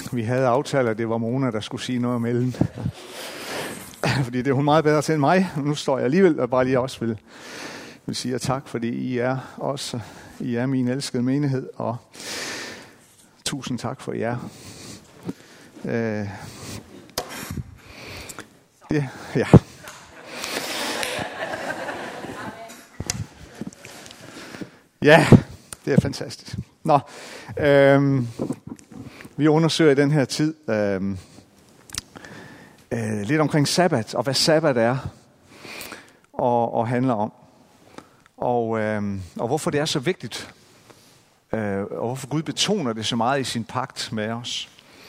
Vi havde aftalt, at det var Mona, der skulle sige noget om Ellen. Fordi det er hun meget bedre til end mig. Nu står jeg alligevel og bare lige også vil sige tak, fordi I er min elskede menighed, og tusind tak for jer. Ja. Ja, det er fantastisk. Nå, vi undersøger i den her tid lidt omkring sabbat, og hvad sabbat er og handler om. Og hvorfor det er så vigtigt, og hvorfor Gud betoner det så meget i sin pagt med os.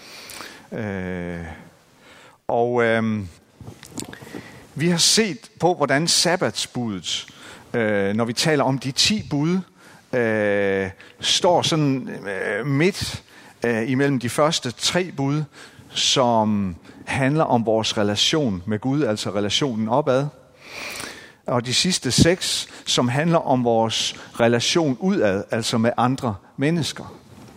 Vi har set på, hvordan sabbatsbuddet, når vi taler om de 10 bud, står sådan midt imellem de første 3 bud, som handler om vores relation med Gud, altså relationen opad. Og de sidste 6, som handler om vores relation udad, altså med andre mennesker.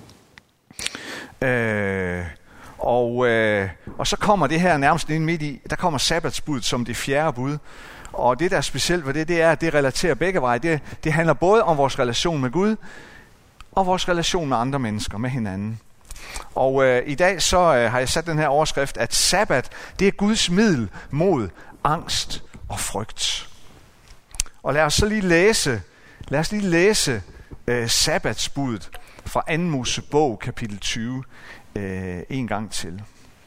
Og så kommer det her nærmest ind midt i, der kommer sabbatsbuddet som det 4. bud. Og det, der er specielt ved det er, at det relaterer begge veje. Det handler både om vores relation med Gud, og vores relation med andre mennesker, med hinanden. Og i dag så har jeg sat den her overskrift, at sabbat, det er Guds middel mod angst og frygt. Og lad os lige læse sabbatsbuddet fra 2. Mosebog, kapitel 20, en gang til.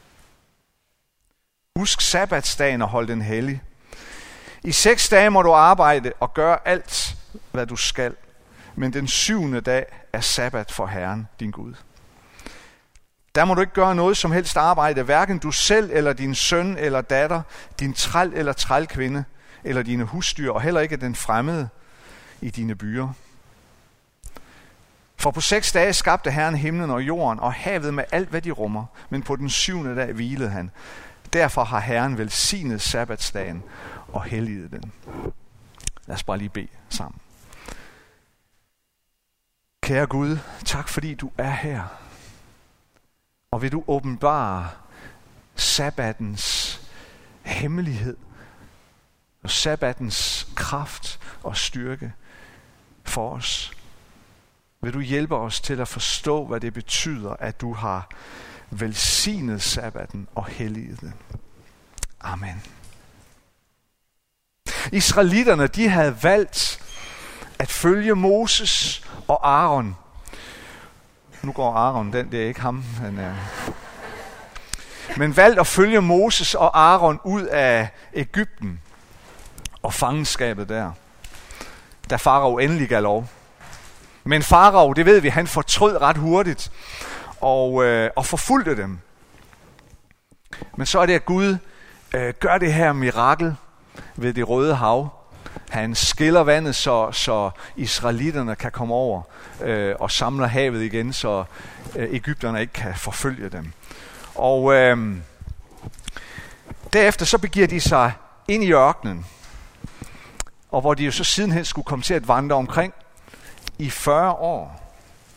Husk sabbatsdagen og hold den hellig. I 6 dage må du arbejde og gøre alt, hvad du skal. Men den 7. dag er sabbat for Herren, din Gud. Der må du ikke gøre noget som helst arbejde, hverken du selv eller din søn eller datter, din træl eller trælkvinde, eller dine husdyr, og heller ikke den fremmede i dine byer. For på 6 dage skabte Herren himlen og jorden og havet med alt, hvad de rummer, men på den 7. dag hvilede han. Derfor har Herren velsignet sabbatsdagen og helliget den. Lad os bare lige bede sammen. Kære Gud, tak fordi du er her. Og vil du åbenbare sabbatens hemmelighed og sabbatens kraft og styrke for os. Vil du hjælpe os til at forstå, hvad det betyder, at du har velsignet sabbaten og helliget den. Amen. Israelitterne, de havde valgt at følge Moses og Aaron. Nu går Aaron, det er ikke ham. Men valgt at følge Moses og Aaron ud af Egypten og fangenskabet der. Da farao endelig gav lov. Men farao, det ved vi, han fortrød ret hurtigt og forfulgte dem. Men så er det, at Gud gør det her mirakel ved det Røde Hav. Han skiller vandet, så israelitterne kan komme over og samler havet igen, så egypterne ikke kan forfølge dem. Og derefter så begiver de sig ind i ørkenen, og hvor de jo så sidenhen skulle komme til at vandre omkring i 40 år.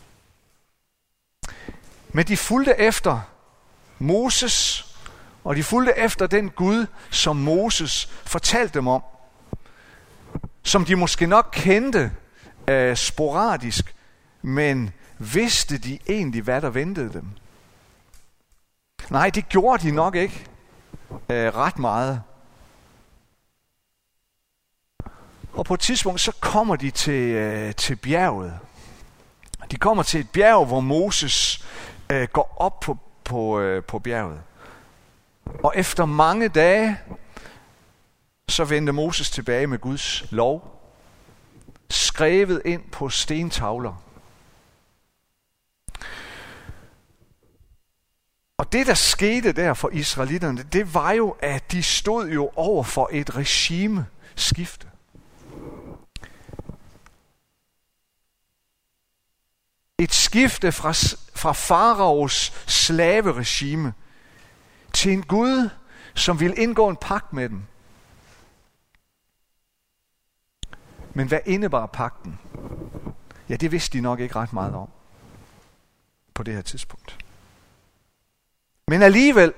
Men de fulgte efter Moses, og de fulgte efter den Gud, som Moses fortalte dem om, som de måske nok kendte sporadisk, men vidste de egentlig, hvad der ventede dem? Nej, det gjorde de nok ikke ret meget. Og på et tidspunkt, så kommer de til bjerget. De kommer til et bjerg, hvor Moses går op på bjerget. Og efter mange dage, så vendte Moses tilbage med Guds lov, skrevet ind på stentavler. Og det, der skete der for israelitterne, det var jo, at de stod jo over for et regimeskifte. Et skifte fra faraos slaveregime til en Gud, som ville indgå en pagt med dem. Men hvad indebar pagten? Ja, det vidste de nok ikke ret meget om på det her tidspunkt. Men alligevel,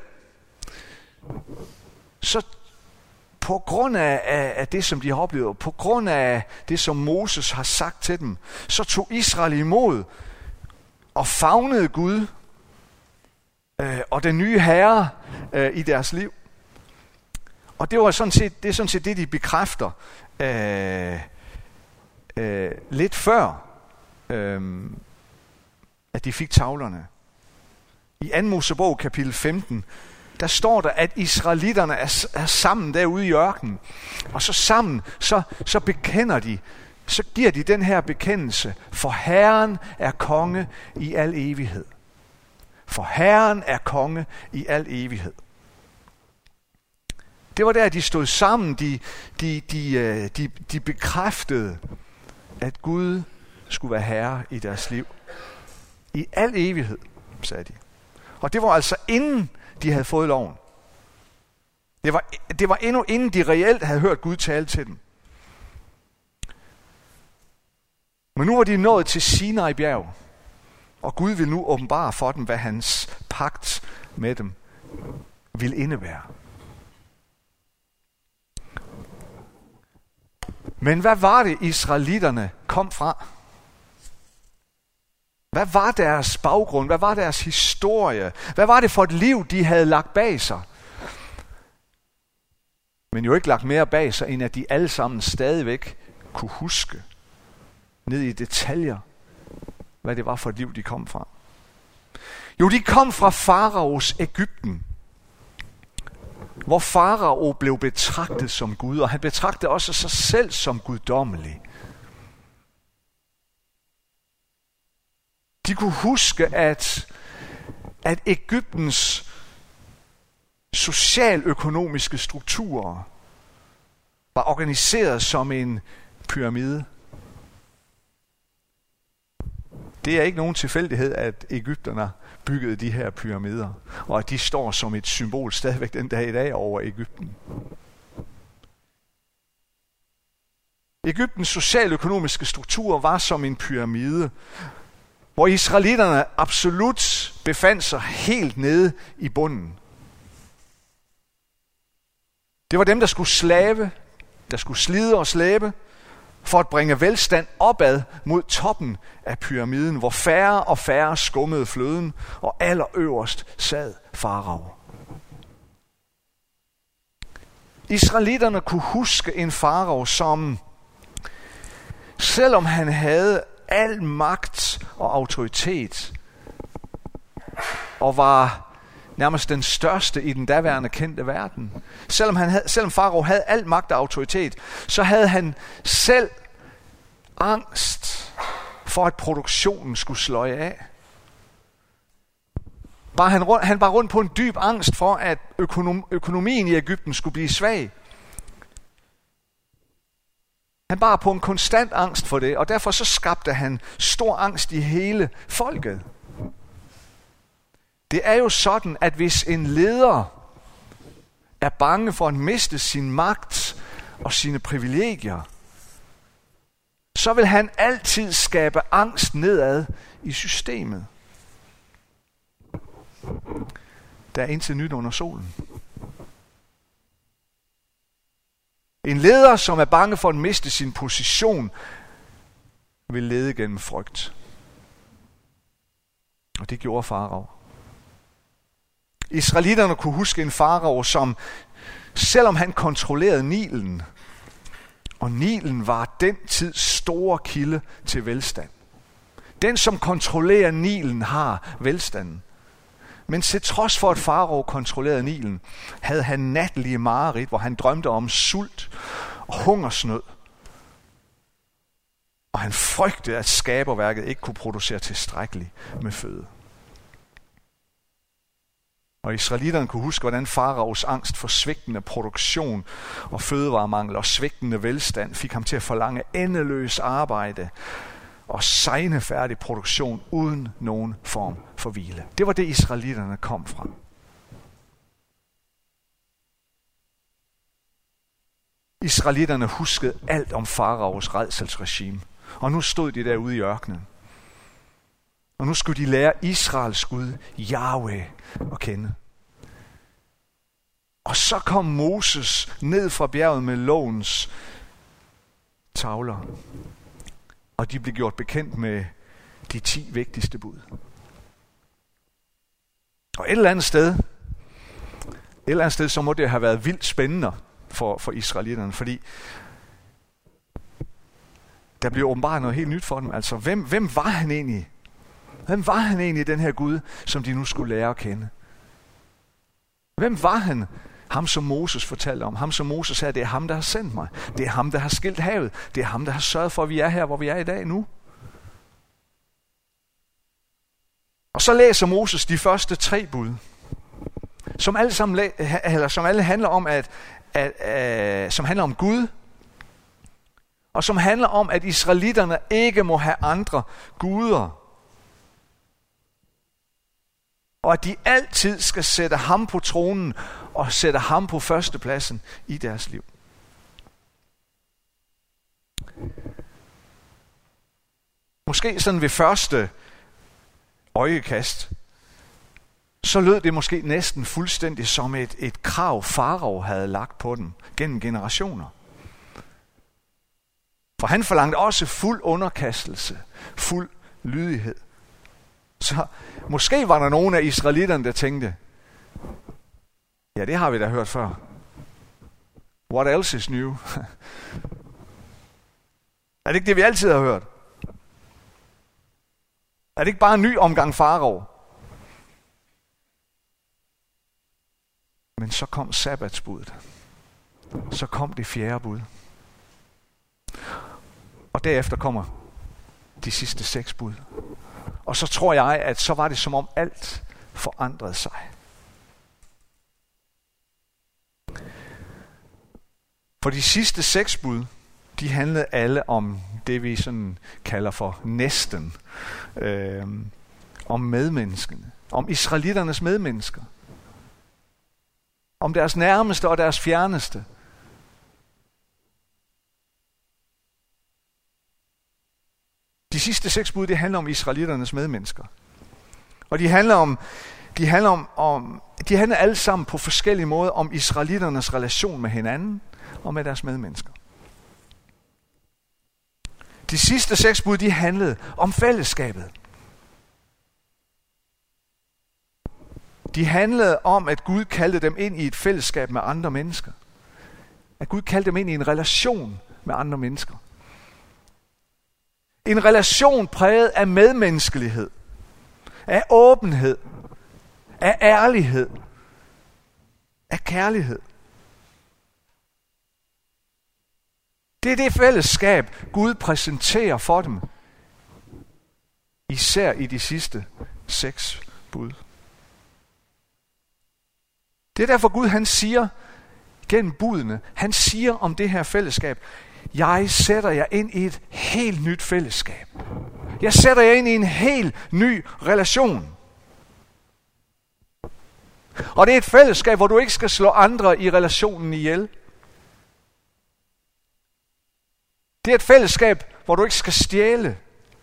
så på grund af det, som de har oplevet, på grund af det, som Moses har sagt til dem, så tog Israel imod og favnede Gud og den nye herre i deres liv. Og det er sådan set det, de bekræfter lidt før, at de fik tavlerne. I 2. Mosebog kapitel 15, der står der, at israelitterne er sammen derude i ørkenen. Og så sammen, så bekender de, så giver de den her bekendelse: for Herren er konge i al evighed. For Herren er konge i al evighed. Det var der, de stod sammen. De bekræftede, at Gud skulle være herre i deres liv. I al evighed, sagde de. Og det var altså inden de havde fået loven. Det var endnu inden de reelt havde hørt Gud tale til dem. Men nu var de nået til Sinai bjerg, og Gud vil nu åbenbare for dem, hvad hans pagt med dem vil indebære. Men hvad var det, israelitterne kom fra? Hvad var deres baggrund? Hvad var deres historie? Hvad var det for et liv, de havde lagt bag sig? Men jo ikke lagt mere bag sig, end at de alle sammen stadigvæk kunne huske ned i detaljer, hvad det var for et liv, de kom fra. Jo, de kom fra Faraos Egypten, hvor Farao blev betragtet som Gud, og han betragtede også sig selv som guddommelig. De kunne huske, at Egyptens socialøkonomiske strukturer var organiseret som en pyramide. Det er ikke nogen tilfældighed, at egypterne byggede de her pyramider, og at de står som et symbol stadigvæk den dag i dag over Egypten. Egyptens socialøkonomiske struktur var som en pyramide, hvor israelitterne absolut befandt sig helt nede i bunden. Det var dem, der skulle slave, der skulle slide og slæbe, for at bringe velstand opad mod toppen af pyramiden, hvor færre og færre skummede fløden, og allerøverst sad Farao. Israelitterne kunne huske en Farao, som, selvom han havde al magt og autoritet, og var nærmest den største i den daværende kendte verden. Selvom Farao havde al magt og autoritet, så havde han selv angst for, at produktionen skulle sløje af. Han bar rundt på en dyb angst for, at økonomien i Egypten skulle blive svag. Han bar på en konstant angst for det, og derfor så skabte han stor angst i hele folket. Det er jo sådan, at hvis en leder er bange for at miste sin magt og sine privilegier, så vil han altid skabe angst nedad i systemet. Der er intet nyt under solen. En leder, som er bange for at miste sin position, vil lede gennem frygt. Og det gjorde Farao. Israelitterne kunne huske en Farao, som, selvom han kontrollerede Nilen, og Nilen var den tids store kilde til velstand. Den, som kontrollerer Nilen, har velstanden. Men til trods for, at Farao kontrollerede Nilen, havde han natlige mareridt, hvor han drømte om sult og hungersnød. Og han frygtede, at skaberværket ikke kunne producere tilstrækkeligt med føde. Og israelitterne kunne huske, hvordan Faraos angst for svigtende produktion og fødevaremangel og svigtende velstand fik ham til at forlange endeløs arbejde og segnefærdig produktion uden nogen form for hvile. Det var det, israelitterne kom fra. Israelitterne huskede alt om Faraos rædselsregime, og nu stod de derude i ørkenen. Og nu skulle de lære Israels Gud, Jahwe, at kende. Og så kom Moses ned fra bjerget med lovens tavler. Og de blev gjort bekendt med de 10 vigtigste bud. Og et eller andet sted, så må det have været vildt spændende for israelitterne, fordi der blev åbenbart noget helt nyt for dem. Altså, hvem var han egentlig? Hvem var han egentlig, den her Gud, som de nu skulle lære at kende? Hvem var han? Ham, som Moses fortalte om. Ham, som Moses sagde, det er ham, der har sendt mig. Det er ham, der har skilt havet. Det er ham, der har sørget for, at vi er her, hvor vi er i dag nu. Og så læser Moses de første 3 bud, som alle handler om som handler om Gud, og som handler om, at israelitterne ikke må have andre guder, og at de altid skal sætte ham på tronen og sætte ham på førstepladsen i deres liv. Måske sådan ved første øjekast, så lød det måske næsten fuldstændig som et krav, farao havde lagt på dem gennem generationer. For han forlangte også fuld underkastelse, fuld lydighed. Så måske var der nogen af israelitterne, der tænkte, ja, det har vi da hørt før. What else is new? Er det ikke det, vi altid har hørt? Er det ikke bare en ny omgang farao? Men så kom sabbatsbuddet. Så kom det 4. bud. Og derefter kommer de sidste 6 bud. Og så tror jeg, at så var det som om alt forandrede sig. For de sidste 6 bud, de handlede alle om det, vi sådan kalder for næsten. Om medmenneskene. Om israelitternes medmennesker. Om deres nærmeste og deres fjerneste. De sidste 6 bud, det handler om israelitternes medmennesker. Og de handler alle sammen på forskellige måder om israelitternes relation med hinanden og med deres medmennesker. De sidste 6 bud, de handlede om fællesskabet. De handlede om, at Gud kaldte dem ind i et fællesskab med andre mennesker. At Gud kaldte dem ind i en relation med andre mennesker. En relation præget af medmenneskelighed, af åbenhed, af ærlighed, af kærlighed. Det er det fællesskab, Gud præsenterer for dem, især i de sidste 6 bud. Det er derfor Gud, han siger gennem budene, han siger om det her fællesskab, jeg sætter jer ind i et helt nyt fællesskab. Jeg sætter jer ind i en helt ny relation. Og det er et fællesskab, hvor du ikke skal slå andre i relationen ihjel. Det er et fællesskab, hvor du ikke skal stjæle.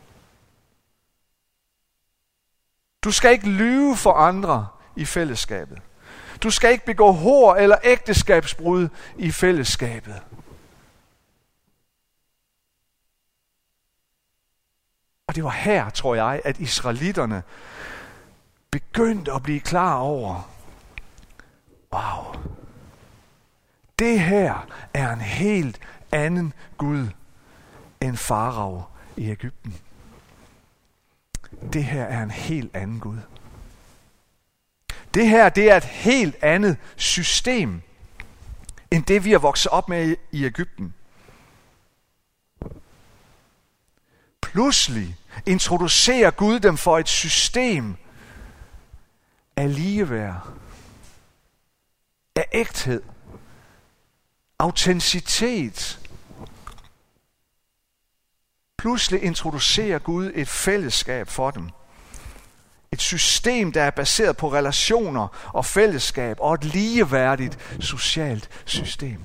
Du skal ikke lyve for andre i fællesskabet. Du skal ikke begå hor eller ægteskabsbrud i fællesskabet. Og det var her, tror jeg, at israelitterne begyndte at blive klar over, wow, det her er en helt anden Gud end farao i Egypten. Det her er en helt anden Gud. Det her, det er et helt andet system, end det vi er vokset op med i Egypten. Pludselig introducerer Gud dem for et system af ligeværd, af ægthed, autenticitet. Pludselig introducerer Gud et fællesskab for dem. Et system, der er baseret på relationer og fællesskab og et ligeværdigt socialt system.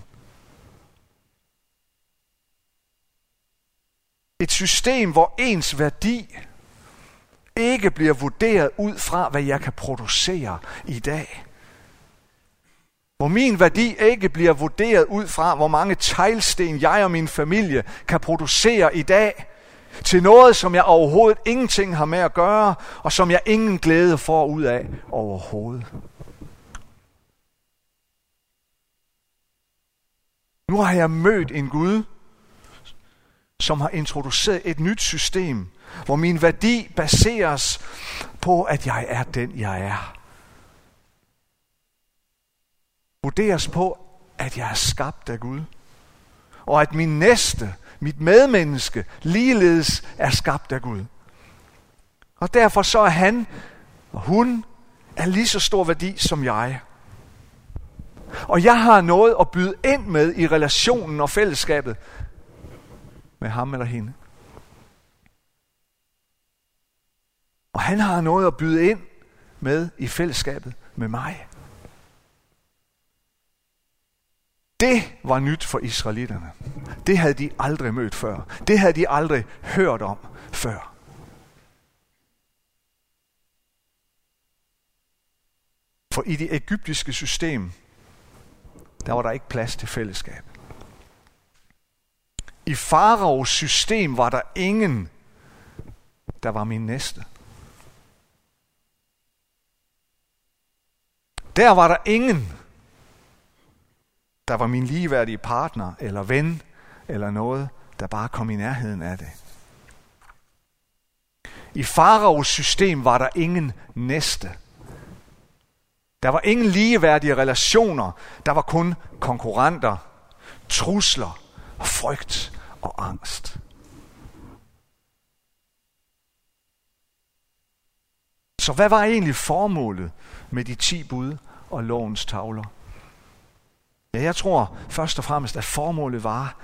Et system, hvor ens værdi ikke bliver vurderet ud fra, hvad jeg kan producere i dag. Hvor min værdi ikke bliver vurderet ud fra, hvor mange teglsten jeg og min familie kan producere i dag, til noget, som jeg overhovedet ingenting har med at gøre, og som jeg ingen glæde får ud af overhovedet. Nu har jeg mødt en Gud, som har introduceret et nyt system, hvor min værdi baseres på, at jeg er den, jeg er. Vurderes på, at jeg er skabt af Gud, og at min næste, mit medmenneske, ligeledes er skabt af Gud. Og derfor så er han og hun af lige så stor værdi som jeg. Og jeg har noget at byde ind med i relationen og fællesskabet med ham eller hende. Og han har noget at byde ind med i fællesskabet med mig. Det var nyt for israelitterne. Det havde de aldrig mødt før. Det havde de aldrig hørt om før. For i det egyptiske system, der var der ikke plads til fællesskab. I faraos system var der ingen, der var min næste. Der var der ingen, der var min ligeværdige partner eller ven eller noget, der bare kom i nærheden af det. I faraos system var der ingen næste. Der var ingen ligeværdige relationer. Der var kun konkurrenter, trusler, frygt og angst. Så hvad var egentlig formålet med de 10 bud og lovens tavler? Ja, jeg tror først og fremmest, at formålet var,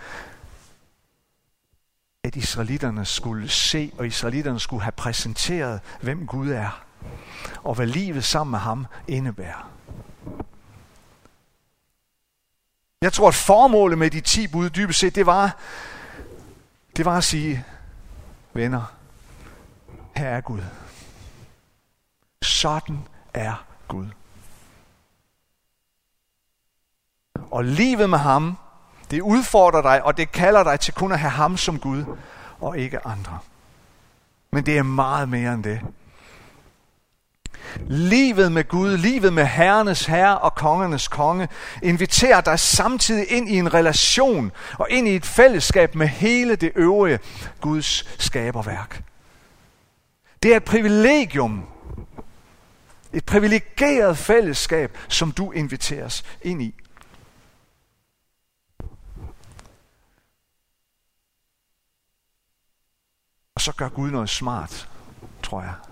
at israelitterne skulle se, og israelitterne skulle have præsenteret, hvem Gud er, og hvad livet sammen med ham indebærer. Jeg tror, at formålet med de 10 bud dybest set, det var at sige, venner, her er Gud. Sådan er Gud. Og livet med ham, det udfordrer dig, og det kalder dig til kun at have ham som Gud, og ikke andre. Men det er meget mere end det. Livet med Gud, livet med herrenes herre og kongernes konge, inviterer dig samtidig ind i en relation og ind i et fællesskab med hele det øvrige Guds skaberværk. Det er et privilegium, et privilegeret fællesskab, som du inviteres ind i. Og så gør Gud noget smart, tror jeg.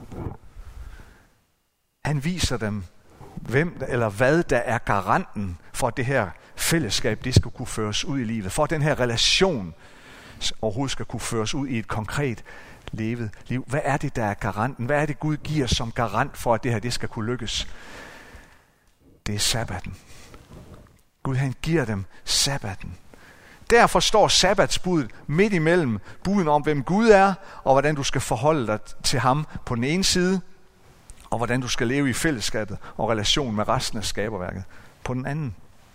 Han viser dem, hvem eller hvad der er garanten for, at det her fællesskab, det skal kunne føres ud i livet. For at den her relation overhovedet skal kunne føres ud i et konkret levet liv. Hvad er det, der er garanten? Hvad er det, Gud giver som garant for, at det her det skal kunne lykkes? Det er sabbaten. Gud, han giver dem sabbaten. Derfor står sabbatsbuddet midt imellem buden om, hvem Gud er, og hvordan du skal forholde dig til ham på den ene side, og hvordan du skal leve i fællesskabet og relation med resten af skaberværket på den anden.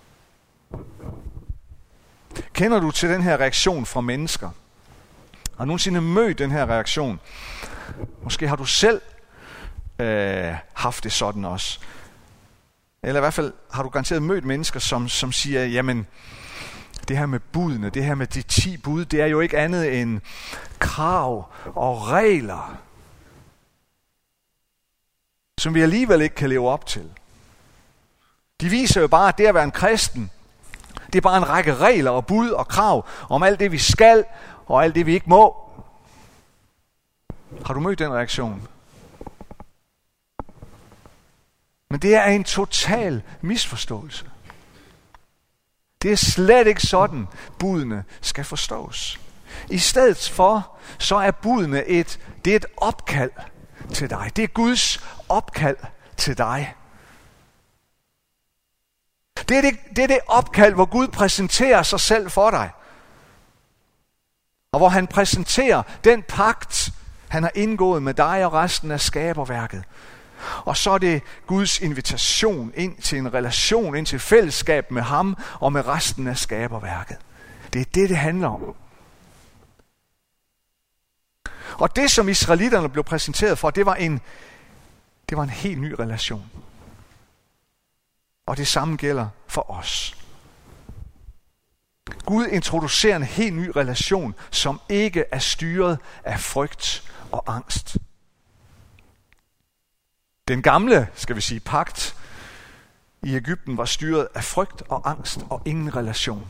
Kender du til den her reaktion fra mennesker? Har du nogensinde mødt den her reaktion? Måske har du selv haft det sådan også. Eller i hvert fald har du garanteret mødt mennesker, som siger, jamen, det her med budene, det her med de 10 bud, det er jo ikke andet end krav og regler, som vi alligevel ikke kan leve op til. De viser jo bare, at det at være en kristen, det er bare en række regler og bud og krav om alt det, vi skal, og alt det, vi ikke må. Har du mødt den reaktion? Men det er en total misforståelse. Det er slet ikke sådan, budene skal forstås. I stedet for, så er budene det er et opkald til dig. Det er Guds opkald til dig. Det er det opkald, hvor Gud præsenterer sig selv for dig. Og hvor han præsenterer den pagt, Han har indgået med dig og resten af skaberværket. Og så er det Guds invitation ind til en relation, ind til fællesskab med ham og med resten af skaberværket. Det er det handler om. Og det, som israelitterne blev præsenteret for, det var en helt ny relation. Og det samme gælder for os. Gud introducerer en helt ny relation, som ikke er styret af frygt og angst. Den gamle, skal vi sige, pagt i Egypten var styret af frygt og angst og ingen relation.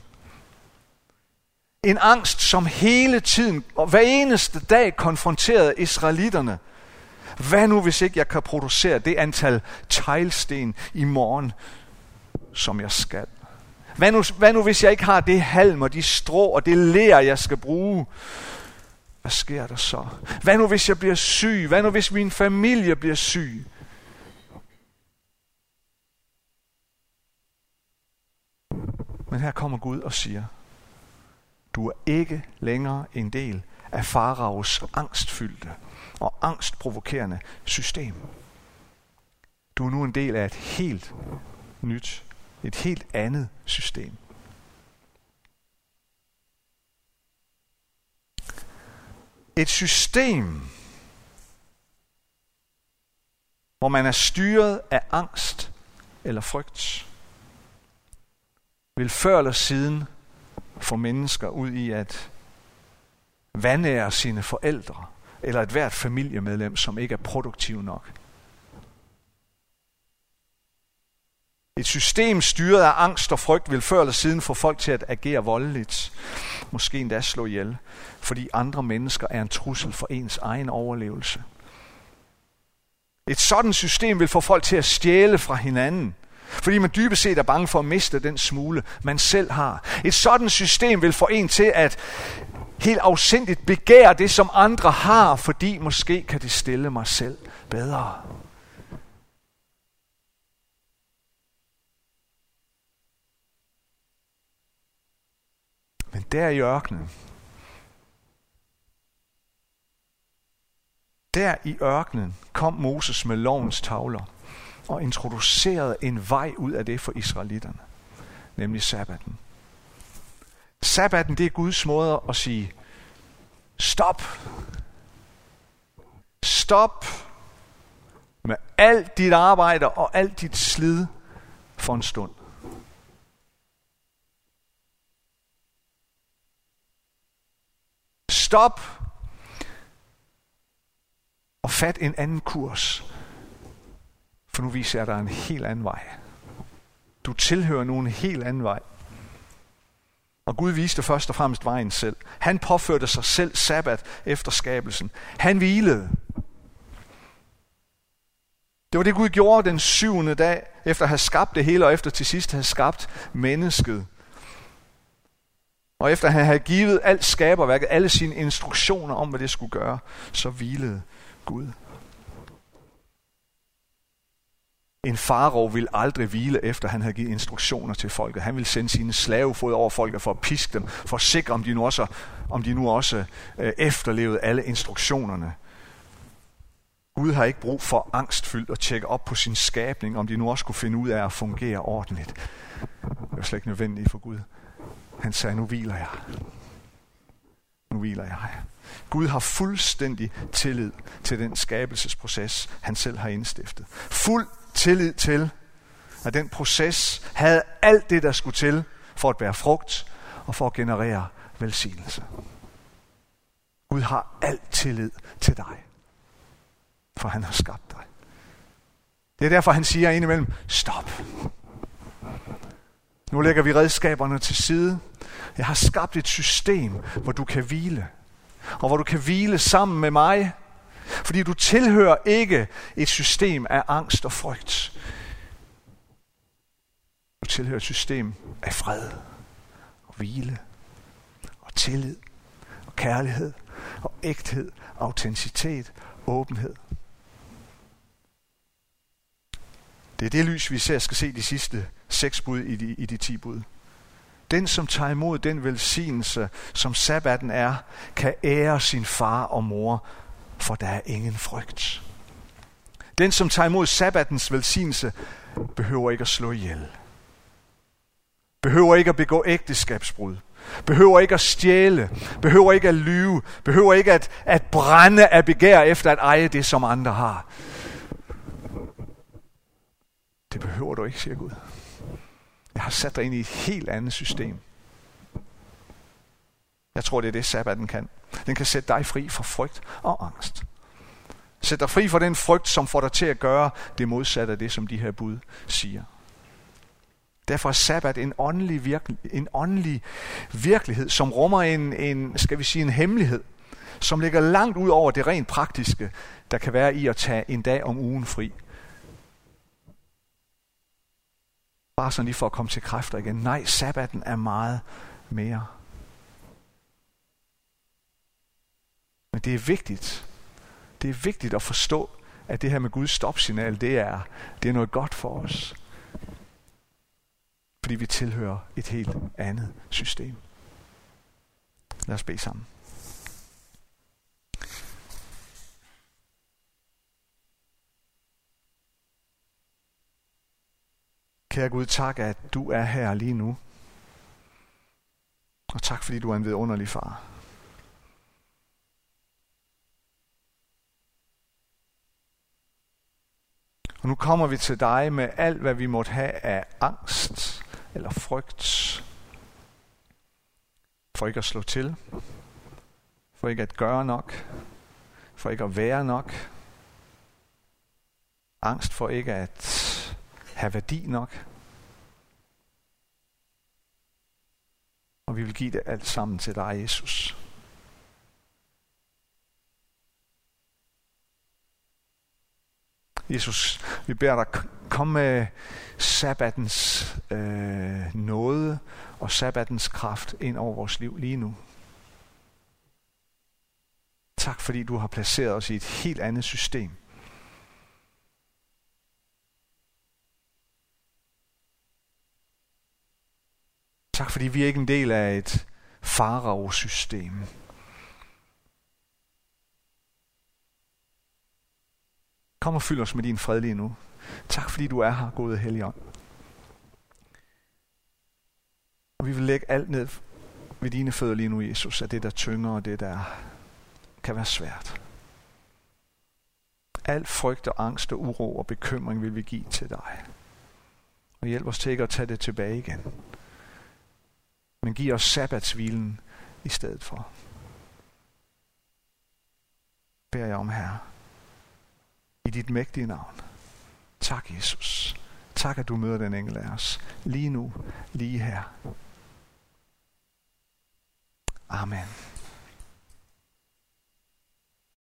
En angst, som hele tiden og hver eneste dag konfronterede israelitterne. Hvad nu, hvis ikke jeg kan producere det antal teglsten i morgen, som jeg skal? Hvad nu, hvis jeg ikke har det halm og de strå og det ler, jeg skal bruge? Hvad sker der så? Hvad nu, hvis jeg bliver syg? Hvad nu, hvis min familie bliver syg? Men her kommer Gud og siger, du er ikke længere en del af faraos angstfyldte og angstprovokerende system. Du er nu en del af et helt nyt, et helt andet system. Et system, hvor man er styret af angst eller frygt, vil før eller siden få mennesker ud i at vanære sine forældre eller et hvert familiemedlem, som ikke er produktiv nok. Et system styret af angst og frygt vil før eller siden få folk til at agere voldeligt, måske endda slå ihjel, fordi andre mennesker er en trussel for ens egen overlevelse. Et sådan system vil få folk til at stjæle fra hinanden, fordi man dybest set er bange for at miste den smule, man selv har. Et sådan system vil få en til at helt afsindigt begære det, som andre har, fordi måske kan det stille mig selv bedre. Men der i ørkenen kom Moses med lovens tavler og introducerede en vej ud af det for israelitterne, nemlig sabbaten. Sabbaten, det er Guds måde at sige, stop. Stop med alt dit arbejde og alt dit slid for en stund. Stop og fat en anden kurs. For nu viser jeg dig en helt anden vej. Du tilhører nu en helt anden vej. Og Gud viste først og fremmest vejen selv. Han påførte sig selv sabbat efter skabelsen. Han hvilede. Det var det Gud gjorde den 7. dag, efter at have skabt det hele, og efter til sidst at have skabt mennesket. Og efter at han havde givet alt skaberværket, alle sine instruktioner om, hvad det skulle gøre, så hvilede Gud. En farao ville aldrig hvile, efter han havde givet instruktioner til folket. Han ville sende sine slavefod over folket for at piske dem, for at sikre, om de nu også efterlevede alle instruktionerne. Gud har ikke brug for angstfyldt at tjekke op på sin skabning, om de nu også kunne finde ud af at fungere ordentligt. Det var slet ikke nødvendigt for Gud. Han sagde, nu hviler jeg. Nu hviler jeg. Gud har fuldstændig tillid til den skabelsesproces, han selv har indstiftet. Fuld tillid til, at den proces havde alt det, der skulle til for at bære frugt og for at generere velsignelse. Gud har alt tillid til dig, for han har skabt dig. Det er derfor, han siger indimellem, stop. Nu lægger vi redskaberne til side. Jeg har skabt et system, hvor du kan hvile. Og hvor du kan hvile sammen med mig. Fordi du tilhører ikke et system af angst og frygt. Du tilhører et system af fred og hvile og tillid og kærlighed og ægthed, autenticitet, åbenhed. Det er det lys, vi skal se de sidste 6 bud i de 10 bud. Den, som tager imod den velsignelse, som sabbaten er, kan ære sin far og mor for der er ingen frygt. Den, som tager imod sabbatens velsignelse, behøver ikke at slå ihjel. Behøver ikke at begå ægteskabsbrud. Behøver ikke at stjæle. Behøver ikke at lyve. Behøver ikke at brænde af begær efter at eje det, som andre har. Det behøver du ikke, siger Gud. Jeg har sat dig ind i et helt andet system. Jeg tror, det er det, sabbaten kan. Den kan sætte dig fri fra frygt og angst. Sæt dig fri fra den frygt, som får dig til at gøre det modsatte af det, som de her bud siger. Derfor er sabbat en åndelig virkelighed, som rummer en hemmelighed, som ligger langt ud over det rent praktiske, der kan være i at tage en dag om ugen fri. Bare sådan lige for at komme til kræfter igen. Nej, sabbaten er meget mere. Men det er vigtigt. Det er vigtigt at forstå, at det her med Guds stopsignal, det er noget godt for os. Fordi vi tilhører et helt andet system. Lad os bede sammen. Kære Gud, tak, at du er her lige nu. Og tak, fordi du er en vidunderlig far. Og nu kommer vi til dig med alt, hvad vi måtte have af angst eller frygt. For ikke at slå til. For ikke at gøre nok. For ikke at være nok. Angst for ikke at have værdi nok. Og vi vil give det alt sammen til dig, Jesus. Jesus, vi beder dig, kom med sabbatens nåde og sabbatens kraft ind over vores liv lige nu. Tak fordi du har placeret os i et helt andet system. Tak fordi vi er ikke en del af et farao-system. Kom og fyld os med din fred lige nu. Tak fordi du er her, gode Helligånd. Og vi vil lægge alt ned ved dine fødder lige nu, Jesus, af det der tynger og det der kan være svært. Al frygt og angst og uro og bekymring vil vi give til dig. Og hjælp os til ikke at tage det tilbage igen. Men giv os sabbatshvilen i stedet for. Beder jeg om, Herre. I dit mægtige navn. Tak, Jesus. Tak, at du møder den enkelte af os. Lige nu, lige her. Amen.